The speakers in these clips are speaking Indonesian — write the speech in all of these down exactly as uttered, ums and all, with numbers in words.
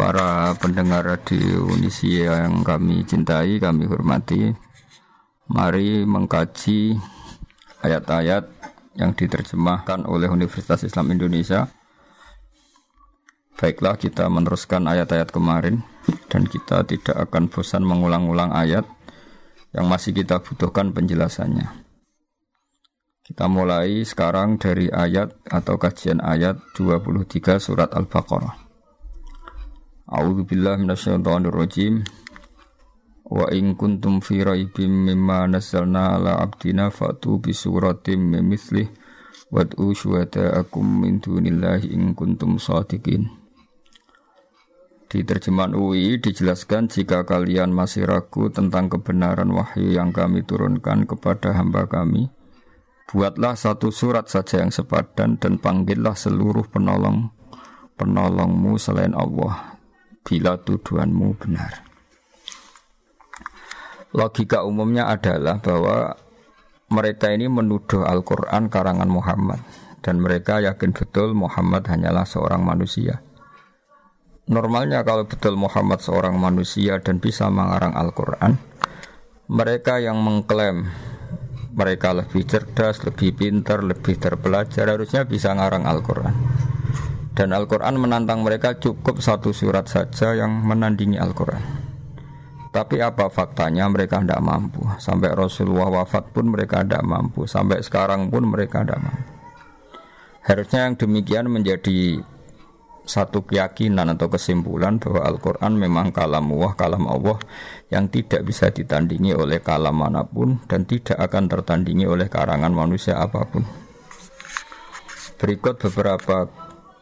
Para pendengar radio Unisia yang kami cintai, kami hormati, mari mengkaji ayat-ayat yang diterjemahkan oleh Universitas Islam Indonesia. Baiklah, kita meneruskan ayat-ayat kemarin dan kita tidak akan bosan mengulang-ulang ayat yang masih kita butuhkan penjelasannya. Kita mulai sekarang dari ayat atau kajian ayat dua puluh tiga surat Al-Baqarah. A'udzu billahi minasyaitonir rajim. Wa in kuntum fi raibim mimma nazzalna ala abdina fa'tu bi suratim mimithlihi wad'u syuhada'akum min dunillahi in kuntum shadiqin. Di terjemahan U I dijelaskan, jika kalian masih ragu tentang kebenaran wahyu yang kami turunkan kepada hamba kami, buatlah satu surat saja yang sepadan dan panggillah seluruh penolong penolongmu selain Allah bila tuduhanmu benar. Logika umumnya adalah bahwa mereka ini menuduh Al-Quran karangan Muhammad dan mereka yakin betul Muhammad hanyalah seorang manusia. Normalnya kalau betul Muhammad seorang manusia dan bisa mengarang Al-Quran, mereka yang mengklaim mereka lebih cerdas, lebih pintar, lebih terpelajar harusnya bisa ngarang Al-Quran. Dan Al-Quran menantang mereka cukup satu surat saja yang menandingi Al-Quran. Tapi apa faktanya? Mereka tidak mampu. Sampai Rasulullah wafat pun mereka tidak mampu. Sampai sekarang pun mereka tidak mampu. Harusnya yang demikian menjadi satu keyakinan atau kesimpulan bahwa Al-Quran memang kalam Allah, kalam Allah yang tidak bisa ditandingi oleh kalam manapun dan tidak akan tertandingi oleh karangan manusia apapun. Berikut beberapa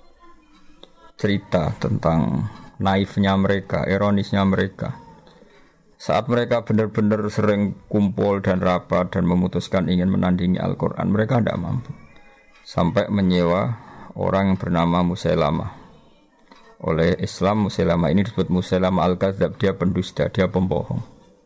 cerita tentang naifnya mereka, ironisnya mereka. Saat mereka benar-benar sering kumpul dan rapat dan memutuskan ingin menandingi Al-Quran, mereka tidak mampu. Sampai menyewa orang yang bernama Musailamah. Oleh Islam, Musailamah ini disebut Musailamah Al-Kadzab, dia pendusta, dia pembohong.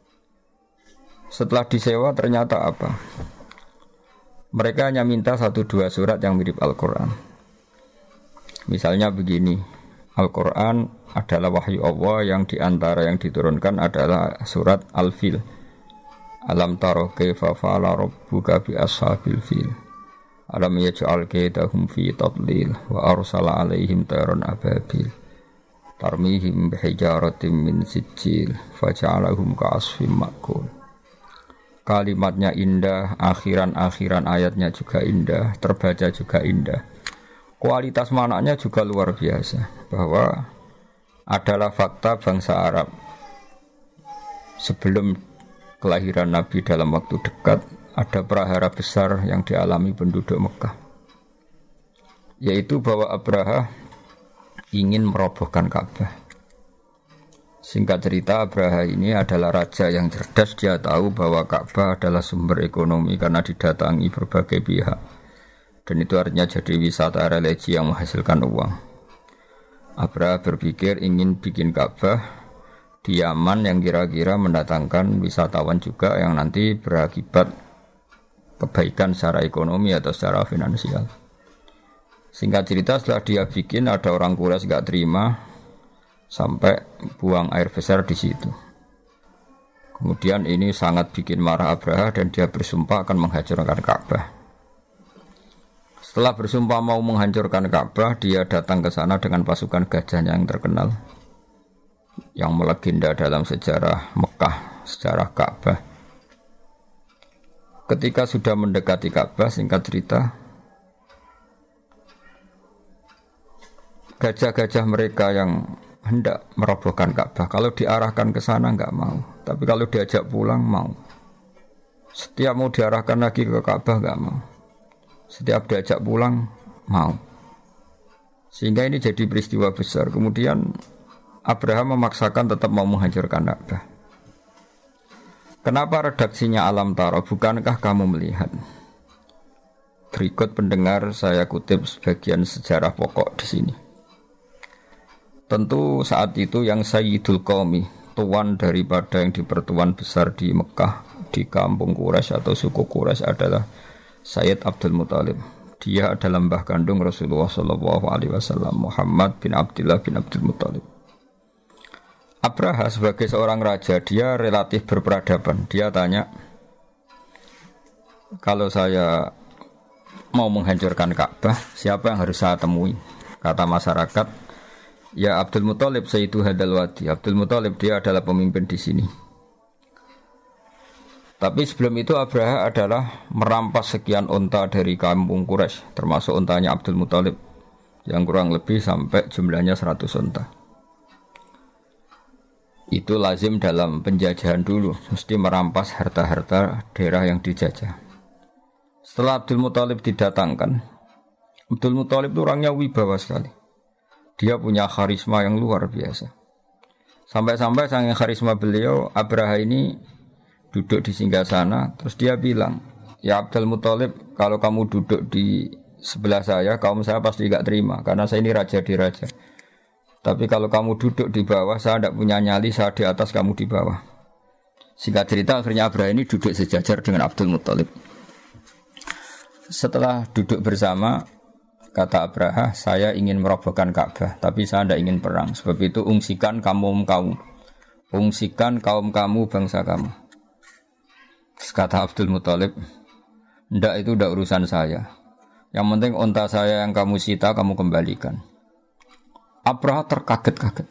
Setelah disewa ternyata apa? Mereka hanya minta satu dua surat yang mirip Al-Quran. Misalnya begini, Al-Quran adalah wahyu Allah yang diantara yang diturunkan adalah surat Al-Fil. Alam taro kaifa fa'ala rabbuka bi ashabil fil. Alam yaj'al kaydahum fi tadlil wa arsala 'alaihim tayran ababil. Tarmihim bihijaratin min sijil faja'alahum ka'asfim ma'kul. Kalimatnya indah, akhiran-akhiran ayatnya juga indah, terbaca juga indah. Kualitas manaknya juga luar biasa, bahwa adalah fakta bangsa Arab sebelum kelahiran Nabi dalam waktu dekat ada prahara besar yang dialami penduduk Mekah, yaitu bahwa Abraha ingin merobohkan Ka'bah. Singkat cerita, Abraha ini adalah raja yang cerdas. Dia tahu bahwa Ka'bah adalah sumber ekonomi karena didatangi berbagai pihak. Dan itu artinya jadi wisata religi yang menghasilkan uang. Abraha berpikir ingin bikin Ka'bah di Yaman yang kira-kira mendatangkan wisatawan juga yang nanti berakibat kebaikan secara ekonomi atau secara finansial. Singkat cerita, setelah dia bikin, ada orang Quraisy gak terima sampai buang air besar di situ. Kemudian ini sangat bikin marah Abraha dan dia bersumpah akan menghancurkan Ka'bah. Setelah bersumpah mau menghancurkan Ka'bah, dia datang ke sana dengan pasukan gajahnya yang terkenal, yang melegenda dalam sejarah Mekah, sejarah Ka'bah. Ketika sudah mendekati Ka'bah, singkat cerita, gajah-gajah mereka yang hendak merobohkan Ka'bah, kalau diarahkan ke sana enggak mau, tapi kalau diajak pulang mau. Setiap mau diarahkan lagi ke Ka'bah enggak mau. Setiap diajak pulang mau. Sehingga ini jadi peristiwa besar. Kemudian Abraham memaksakan tetap mau menghancurkan Ka'bah. Kenapa redaksinya alam taro? Bukankah kamu melihat? Berikut pendengar saya kutip sebagian sejarah pokok di sini. Tentu saat itu yang Sayyidul Qaumi, tuan daripada yang dipertuan besar di Mekah, di kampung Quraisy atau suku Quraisy adalah Sayyid Abdul Muthalib. Dia adalah mbah kandung Rasulullah sallallahu alaihi wasallam, Muhammad bin Abdullah bin Abdul Muthalib. Abraha sebagai seorang raja, dia relatif berperadaban. Dia tanya, kalau saya mau menghancurkan Ka'bah, siapa yang harus saya temui? Kata masyarakat, ya Abdul Muthalib Sayyidu Hadal Wadi. Abdul Muthalib dia adalah pemimpin di sini. Tapi sebelum itu Abraha adalah merampas sekian unta dari kampung Quraisy, termasuk untanya Abdul Muthalib yang kurang lebih sampai jumlahnya seratus unta. Itu lazim dalam penjajahan dulu, mesti merampas harta-harta daerah yang dijajah. Setelah Abdul Muthalib didatangkan, Abdul Muthalib itu orangnya wibawa sekali. Dia punya karisma yang luar biasa. Sampai-sampai saking karisma beliau, Abraha ini duduk di singgasana, terus dia bilang, ya Abdul Muthalib, kalau kamu duduk di sebelah saya, kaum saya pasti gak terima, karena saya ini raja di raja. Tapi kalau kamu duduk di bawah, saya tidak punya nyali, saya di atas, kamu di bawah. Singkat cerita, akhirnya Abraha ini duduk sejajar dengan Abdul Muthalib. Setelah duduk bersama, kata Abraha, saya ingin merobohkan Ka'bah, tapi saya tidak ingin perang. Sebab itu ungsikan kaum kamu, ungsikan kaum kamu, bangsa kamu. Kata Abdul Muthalib, ndak itu ndak urusan saya. Yang penting unta saya yang kamu sita, kamu kembalikan. Abraha terkaget-kaget.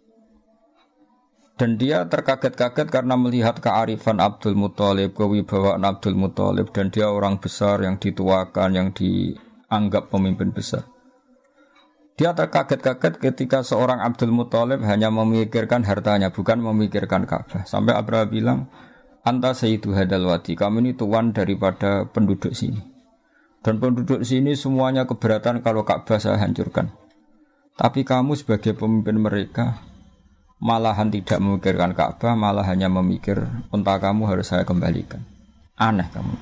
Dan dia terkaget-kaget karena melihat kearifan Abdul Muthalib, kewibawaan Abdul Muthalib, dan dia orang besar yang dituakan, yang dianggap pemimpin besar. Dia terkaget-kaget ketika seorang Abdul Muthalib hanya memikirkan hartanya, bukan memikirkan Ka'bah. Sampai Abraha bilang, anta sayyidu hadal wadi, kamu ini tuan daripada penduduk sini. Dan penduduk sini semuanya keberatan kalau Ka'bah saya hancurkan. Tapi kamu sebagai pemimpin mereka malahan tidak memikirkan Ka'bah, malah hanya memikir unta kamu harus saya kembalikan. Aneh kamu.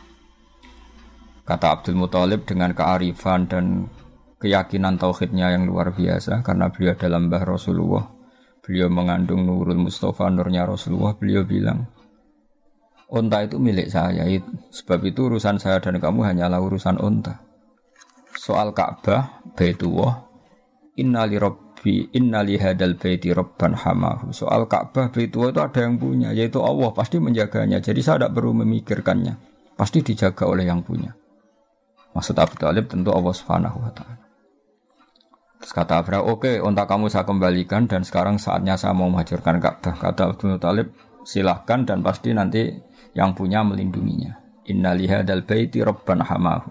Kata Abdul Muthalib dengan kearifan dan keyakinan tauhidnya yang luar biasa, karena beliau adalah mbah Rasulullah, beliau mengandung Nurul Mustafa, nurnya Rasulullah. Beliau bilang, unta itu milik saya, sebab itu urusan saya dan kamu hanyalah urusan unta. Soal Ka'bah, Baitullah, inna li rabbi inna li hadal baiti rabban hamahu. Soal Ka'bah, Baitullah itu ada yang punya, yaitu Allah, pasti menjaganya. Jadi saya tidak perlu memikirkannya, pasti dijaga oleh yang punya. Maksud Abu Thalib tentu Allah Subhanahu wa taala. Terus kata Abraha, oke, okay, unta kamu saya kembalikan dan sekarang saatnya saya mau menghancurkan Ka'bah. Kata Abu Thalib, silahkan dan pasti nanti yang punya melindunginya. Inna li hadal baiti rabban hamahu.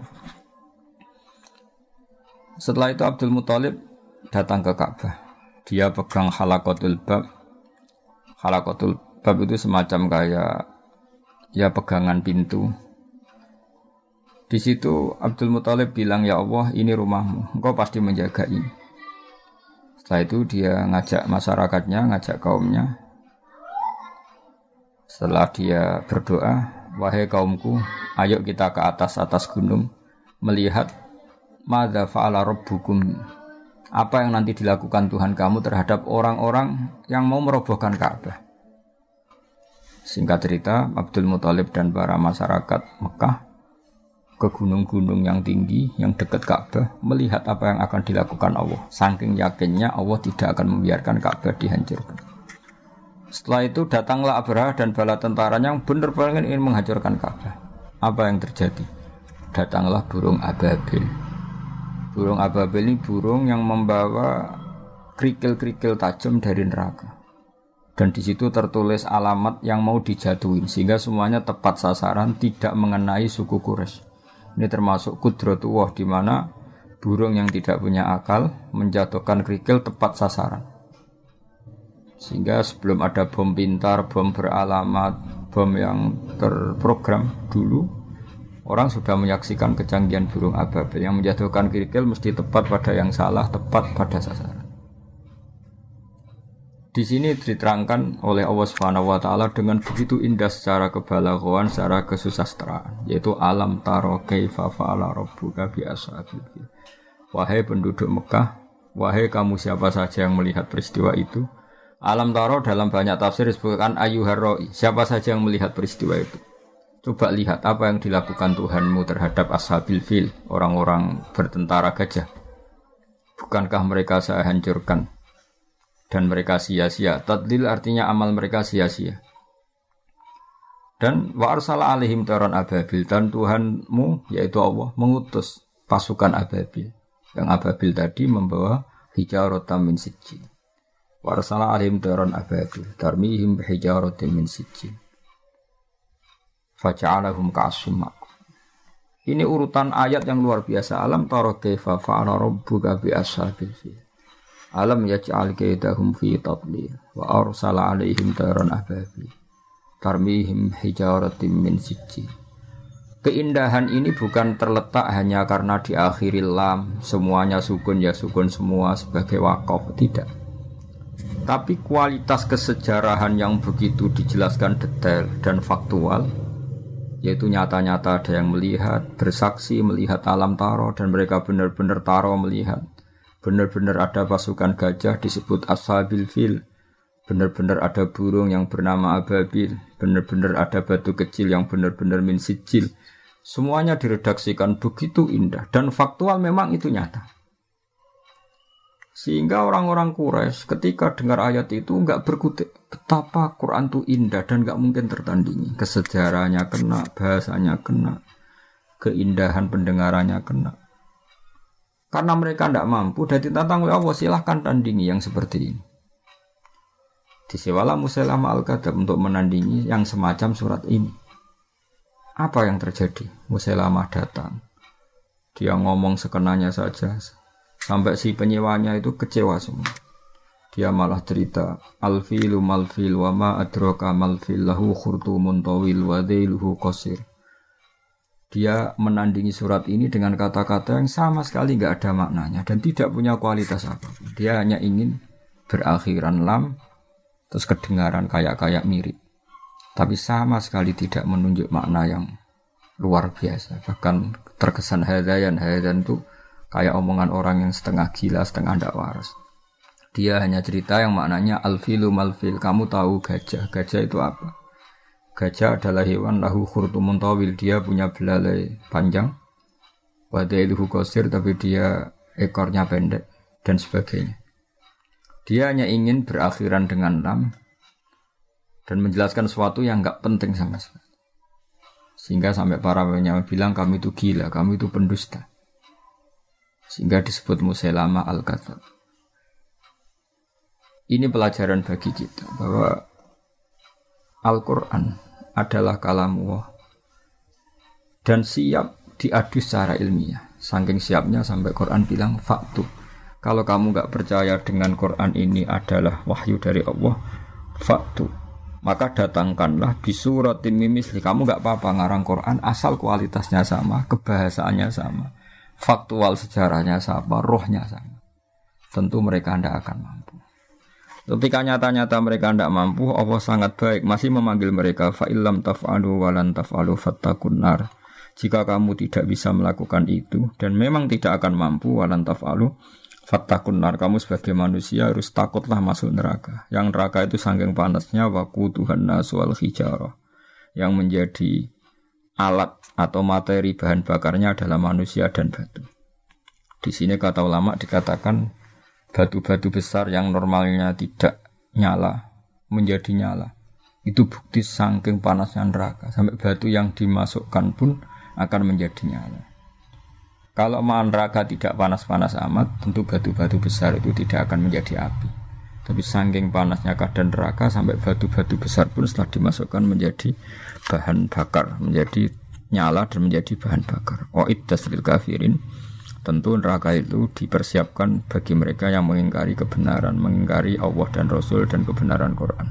Setelah itu Abdul Muthalib datang ke Ka'bah. Dia pegang halaqatul bab. Halaqatul bab itu semacam kayak ya pegangan pintu. Di situ Abdul Muthalib bilang, ya Allah, ini rumahmu, engkau pasti menjaga ini. Setelah itu dia ngajak masyarakatnya, ngajak kaumnya. Setelah dia berdoa, wahai kaumku, ayo kita ke atas atas gunung melihat madza fa'ala rabbukum, apa yang nanti dilakukan Tuhan kamu terhadap orang-orang yang mau merobohkan Ka'bah. Singkat cerita, Abdul Muthalib dan para masyarakat Mekah ke gunung-gunung yang tinggi yang dekat Ka'bah melihat apa yang akan dilakukan Allah. Saking yakinnya Allah tidak akan membiarkan Ka'bah dihancurkan. Setelah itu datanglah Abraha dan bala tentaranya yang benar-benar ingin menghancurkan Ka'bah. Apa yang terjadi? Datanglah burung ababil. Burung ababil ini burung yang membawa kerikil-kerikil tajam dari neraka. Dan di situ tertulis alamat yang mau dijatuhin, sehingga semuanya tepat sasaran, tidak mengenai suku Quraisy. Ini termasuk qudratullah, di mana burung yang tidak punya akal menjatuhkan kerikil tepat sasaran. Sehingga sebelum ada bom pintar, bom beralamat, bom yang terprogram dulu, orang sudah menyaksikan kecanggihan burung ababil yang menjatuhkan kerikil mesti tepat pada yang salah, tepat pada sasaran. Di sini diterangkan oleh Allah Subhanahu wa taala dengan begitu indah secara kebalaghaan, secara kesusastraan, yaitu alam taro kaifa fa'ala rabbuka bi ashabil fil. Wahai penduduk Mekah, wahai kamu siapa saja yang melihat peristiwa itu. Alam taro dalam banyak tafsir disebutkan ayyuhar ra'i, siapa saja yang melihat peristiwa itu. Coba lihat apa yang dilakukan Tuhanmu terhadap ashabil fil, orang-orang bertentara gajah. Bukankah mereka saya hancurkan dan mereka sia-sia. Tadlil artinya amal mereka sia-sia. Dan wa arsala alaihim tayran ababil, dan Tuhanmu yaitu Allah mengutus pasukan ababil. Yang ababil tadi membawa hijaratan min sijil. Wa arsala alaihim tayran ababil tarmihim bihijaratin min sijil. Faja'alahum ka'asfin ma'kul. Ini urutan ayat yang luar biasa. Alam tara kaifa fa'ala rabbuka bi ashabil fil. Alam yaj'al kaidahum fi tadlil wa arsala 'alaihim tayran ababil tarmihim hijaratin min sijil. Keindahan ini bukan terletak hanya karena diakhiri lam, semuanya sukun ya sukun semua sebagai waqaf, tidak. Tapi kualitas kesejarahan yang begitu dijelaskan detail dan faktual, yaitu nyata-nyata ada yang melihat, bersaksi melihat alam taro, dan mereka benar-benar taro melihat. Benar-benar ada pasukan gajah disebut ashabil fil. Benar-benar ada burung yang bernama ababil. Benar-benar ada batu kecil yang benar-benar min sijil. Semuanya diredaksikan begitu indah dan faktual, memang itu nyata. Sehingga orang-orang Quraisy ketika dengar ayat itu enggak berkutik. Betapa Quran itu indah dan enggak mungkin tertandingi. Kesejarahnya kena, bahasanya kena, keindahan pendengarannya kena. Karena mereka enggak mampu dan ditantang oleh Allah, silahkan tandingi yang seperti ini. Disewalah Musailamah al-Kadzdzab untuk menandingi yang semacam surat ini. Apa yang terjadi? Musailamah datang. Dia ngomong sekenanya saja. Sampai si penyewanya itu kecewa semua. Dia malah cerita, Al-filu mal-fil wa ma adraka mal-fil lahu khurtumun tawil wa dhailuhu qasir. Dia menandingi surat ini dengan kata-kata yang sama sekali enggak ada maknanya dan tidak punya kualitas apapun. Dia hanya ingin berakhiran lam, terus kedengaran kayak-kayak mirip. Tapi sama sekali tidak menunjuk makna yang luar biasa. Bahkan terkesan hadayan, hadayan itu kayak omongan orang yang setengah gila, setengah ndak waras. Dia hanya cerita yang maknanya al-filu mal-fil. Kamu tahu gajah. Gajah itu apa? Gajah adalah hewan lahu khurtumun tawil. Dia punya belalai panjang. Wadailuhu qasir, tapi dia ekornya pendek dan sebagainya. Dia hanya ingin berakhiran dengan lam dan menjelaskan sesuatu yang enggak penting sama sekali. Sehingga sampai para ulama bilang kami itu gila, kami itu pendusta. Sehingga disebut Musailamah al-Kadzdzab. Ini pelajaran bagi kita bahwa Al-Quran adalah kalamullah dan siap diadu secara ilmiah. Saking siapnya sampai Quran bilang faktu. Kalau kamu enggak percaya dengan Quran ini adalah wahyu dari Allah, faktu, maka datangkanlah bisuratin mimisli. Kamu enggak apa-apa ngarang Quran asal kualitasnya sama, kebahasaannya sama, faktual sejarahnya sama, rohnya sama. Tentu mereka tidak akan mampu. Ketika nyata-nyata mereka tidak mampu, Allah sangat baik masih memanggil mereka fa illam taf'alu wa lan taf'alu fattaqun nar. Jika kamu tidak bisa melakukan itu dan memang tidak akan mampu wa lan taf'alu fattaqun nar, kamu sebagai manusia harus takutlah masuk neraka. Yang neraka itu saking panasnya waquduhan nas wal hijarah. Yang menjadi alat atau materi bahan bakarnya adalah manusia dan batu. Di sini kata ulama dikatakan batu-batu besar yang normalnya tidak nyala menjadi nyala. Itu bukti saking panasnya neraka. Sampai batu yang dimasukkan pun akan menjadi nyala. Kalau neraka tidak panas-panas amat, tentu batu-batu besar itu tidak akan menjadi api. Tapi saking panasnya keadaan neraka sampai batu-batu besar pun setelah dimasukkan menjadi bahan bakar, menjadi nyala dan menjadi bahan bakar. Wa iddas lil kafirin. Tentu neraka itu dipersiapkan bagi mereka yang mengingkari kebenaran, mengingkari Allah dan Rasul dan kebenaran Quran.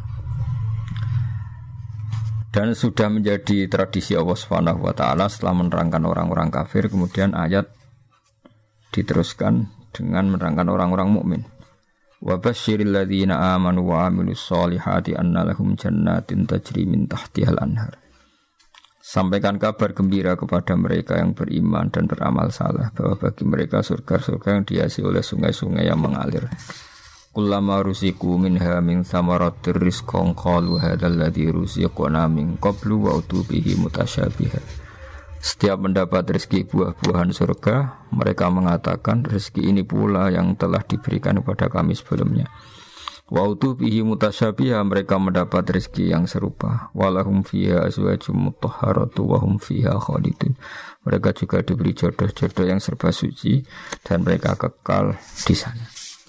Dan sudah menjadi tradisi Allah Subhanahu wa taala setelah menerangkan orang-orang kafir, kemudian ayat diteruskan dengan menerangkan orang-orang mukmin. Wa basyiril ladzina amanu wa amilus solihati anna lahum jannatin tajri min tahtihal anhar. Sampaikan kabar gembira kepada mereka yang beriman dan beramal saleh bahwa bagi mereka surga-surga yang dihiasi oleh sungai-sungai yang mengalir. Kullama rusiku minha min thamaratir rizqan qalu hadzal ladzi rusiqna min qablu wa utubihi mutasyabiha. Setiap mendapat rezeki buah-buahan surga, mereka mengatakan rezeki ini pula yang telah diberikan kepada kami sebelumnya. Wa utu bihi mutasyabiha, mereka mendapat rezeki yang serupa. Walahum fiha azwajum mutahharatu wa hum fiha khalidun. Mereka juga diberi jodoh-jodoh yang serba suci dan mereka kekal di sana.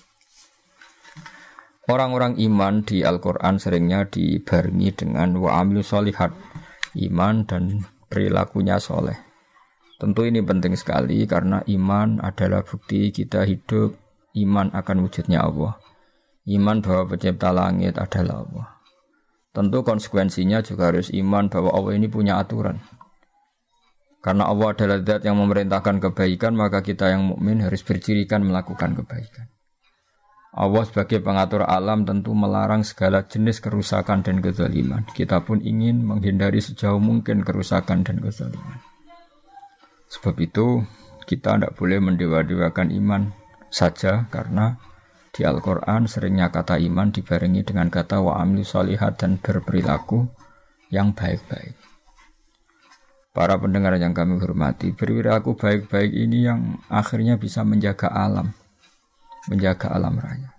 Orang-orang iman di Al-Qur'an seringnya dibarengi dengan wa amilu sholihat, iman dan perilakunya soleh. Tentu ini penting sekali karena iman adalah bukti kita hidup, iman akan wujudnya Allah. Iman bahwa pencipta langit adalah Allah. Tentu konsekuensinya juga harus iman bahwa Allah ini punya aturan. Karena Allah adalah zat yang memerintahkan kebaikan, maka kita yang mukmin harus bercirikan melakukan kebaikan. Allah sebagai pengatur alam tentu melarang segala jenis kerusakan dan kezaliman. Kita pun ingin menghindari sejauh mungkin kerusakan dan kezaliman. Sebab itu kita tidak boleh mendewa-dewakan iman saja, karena di Al-Quran seringnya kata iman dibarengi dengan kata wa amilu sholihat dan berperilaku yang baik-baik. Para pendengar yang kami hormati, berperilaku baik-baik ini yang akhirnya bisa menjaga alam, menjaga alam raya.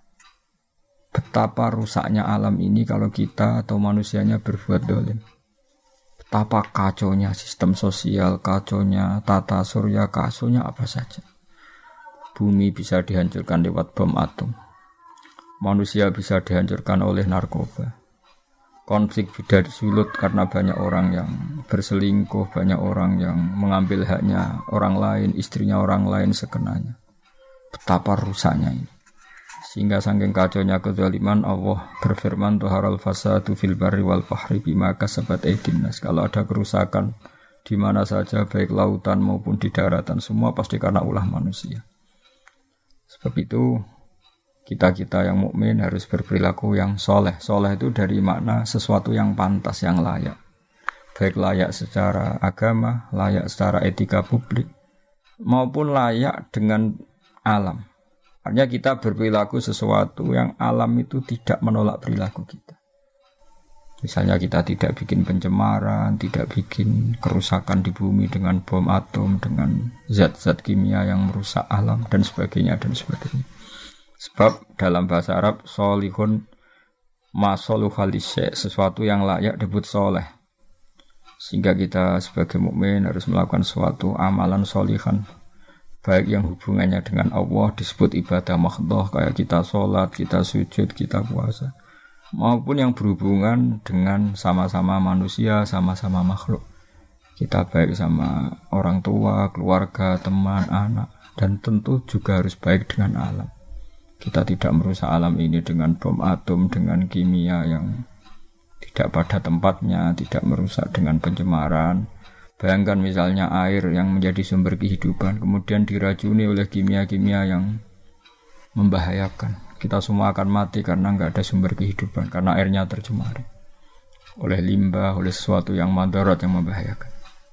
Betapa rusaknya alam ini kalau kita atau manusianya berbuat dolim. Betapa kacaunya sistem sosial, kacaunya tata surya, kacaunya apa saja. Bumi bisa dihancurkan lewat bom atom. Manusia bisa dihancurkan oleh narkoba. Konflik beda sulut karena banyak orang yang berselingkuh, banyak orang yang mengambil haknya orang lain, istrinya orang lain sekenanya. Betapa rusaknya ini. Sehingga saking kacaunya kezaliman, Allah berfirman tuharal fasadu fil barri wal bahri bima kasabat aydin nas. Kalau ada kerusakan di mana saja, baik lautan maupun di daratan, semua pasti karena ulah manusia. Sebab itu kita-kita yang mukmin harus berperilaku yang soleh. Soleh itu dari makna sesuatu yang pantas, yang layak. Baik layak secara agama, layak secara etika publik, maupun layak dengan alam. Artinya kita berperilaku sesuatu yang alam itu tidak menolak perilaku kita. Misalnya kita tidak bikin pencemaran, tidak bikin kerusakan di bumi dengan bom atom, dengan zat-zat kimia yang merusak alam, dan sebagainya, dan sebagainya. Sebab dalam bahasa Arab solihun masoluhalisye, sesuatu yang layak disebut soleh. Sehingga kita sebagai mukmin harus melakukan suatu amalan solihan, baik yang hubungannya dengan Allah disebut ibadah mahdhah, kayak kita sholat, kita sujud, kita puasa, maupun yang berhubungan dengan sama-sama manusia, sama-sama makhluk. Kita baik sama orang tua, keluarga, teman, anak, dan tentu juga harus baik dengan alam. Kita tidak merusak alam ini dengan bom atom, dengan kimia yang tidak pada tempatnya, tidak merusak dengan pencemaran. Bayangkan misalnya air yang menjadi sumber kehidupan, kemudian diracuni oleh kimia-kimia yang membahayakan. Kita semua akan mati karena enggak ada sumber kehidupan, karena airnya tercemari oleh limbah, oleh sesuatu yang madarat, yang membahayakan.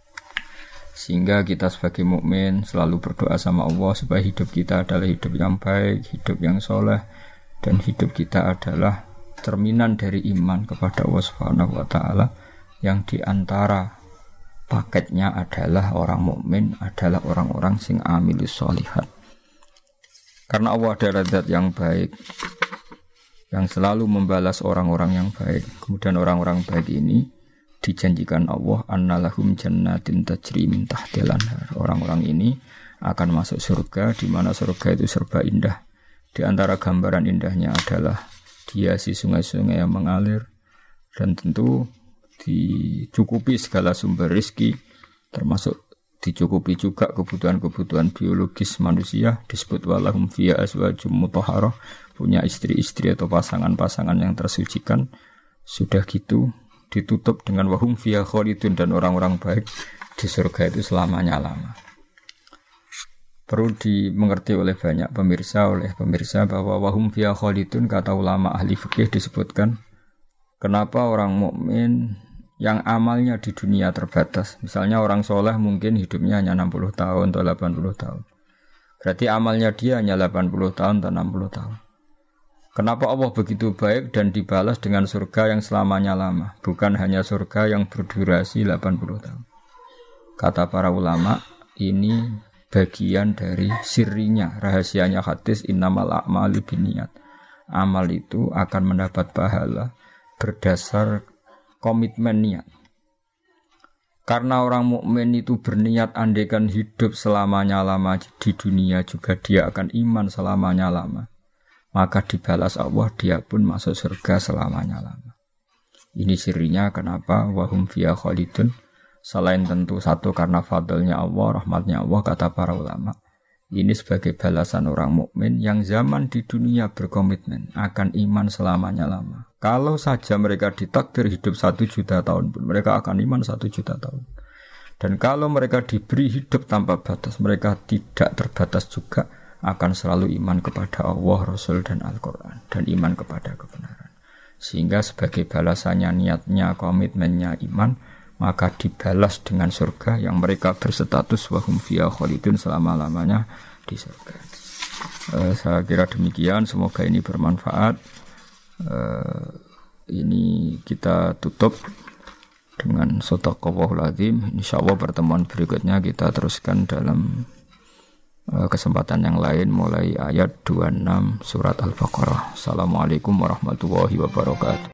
Sehingga kita sebagai mukmin selalu berdoa sama Allah supaya hidup kita adalah hidup yang baik, hidup yang soleh, dan hidup kita adalah cerminan dari iman kepada Allah Subhanahu wa taala, yang diantara paketnya adalah orang mukmin adalah orang-orang sing amilus sholihat. Karena Allah adalah zat yang baik, yang selalu membalas orang-orang yang baik. Kemudian orang-orang baik ini dijanjikan Allah annalahum jannatin tajri min tahtil anhar. Orang-orang ini akan masuk surga, di mana surga itu serba indah. Di antara gambaran indahnya adalah dihiasi sungai-sungai yang mengalir, dan tentu dicukupi segala sumber rezeki, termasuk dicukupi juga kebutuhan-kebutuhan biologis manusia. Disebut walahum fiha azwajum mutahharah, punya istri-istri atau pasangan-pasangan yang tersucikan. Sudah gitu ditutup dengan wahum fiha khalidun, dan orang-orang baik di surga itu selamanya lama. Perlu dimengerti oleh banyak pemirsa, oleh pemirsa bahwa wahum fiha khalidun, kata ulama ahli fikih disebutkan kenapa orang mukmin yang amalnya di dunia terbatas. Misalnya orang soleh mungkin hidupnya hanya enam puluh tahun atau delapan puluh tahun. Berarti amalnya dia hanya delapan puluh tahun atau enam puluh tahun. Kenapa Allah begitu baik dan dibalas dengan surga yang selamanya lama, bukan hanya surga yang berdurasi delapan puluh tahun? Kata para ulama, ini bagian dari sirinya, rahasianya hadis innamal a'malu binniyat. amal itu akan mendapat pahala berdasar komitmen niat. Karena orang mukmin itu berniat andaikan hidup selamanya-lama di dunia juga dia akan iman selamanya-lama. Maka dibalas Allah, dia pun masuk surga selamanya-lama. Ini sirinya kenapa wahum fiya khalidun. Selain tentu satu karena fadlnya Allah, rahmatnya Allah, kata para ulama. Ini sebagai balasan orang mukmin yang zaman di dunia berkomitmen akan iman selamanya-lama. Kalau saja mereka ditakdir hidup satu juta tahun pun, mereka akan iman satu juta tahun. Dan kalau mereka diberi hidup tanpa batas, mereka tidak terbatas juga akan selalu iman kepada Allah, Rasul, dan Al-Quran. Dan iman kepada kebenaran. Sehingga sebagai balasannya, niatnya, komitmennya iman, maka dibalas dengan surga yang mereka berstatus wahum fiya khalidun selama-lamanya di surga. Uh, saya kira demikian, semoga ini bermanfaat. Uh, ini kita tutup dengan shadaqallahul azim. Insyaallah pertemuan berikutnya kita teruskan dalam uh, kesempatan yang lain mulai ayat dua puluh enam surat Al-Baqarah. Assalamualaikum warahmatullahi wabarakatuh.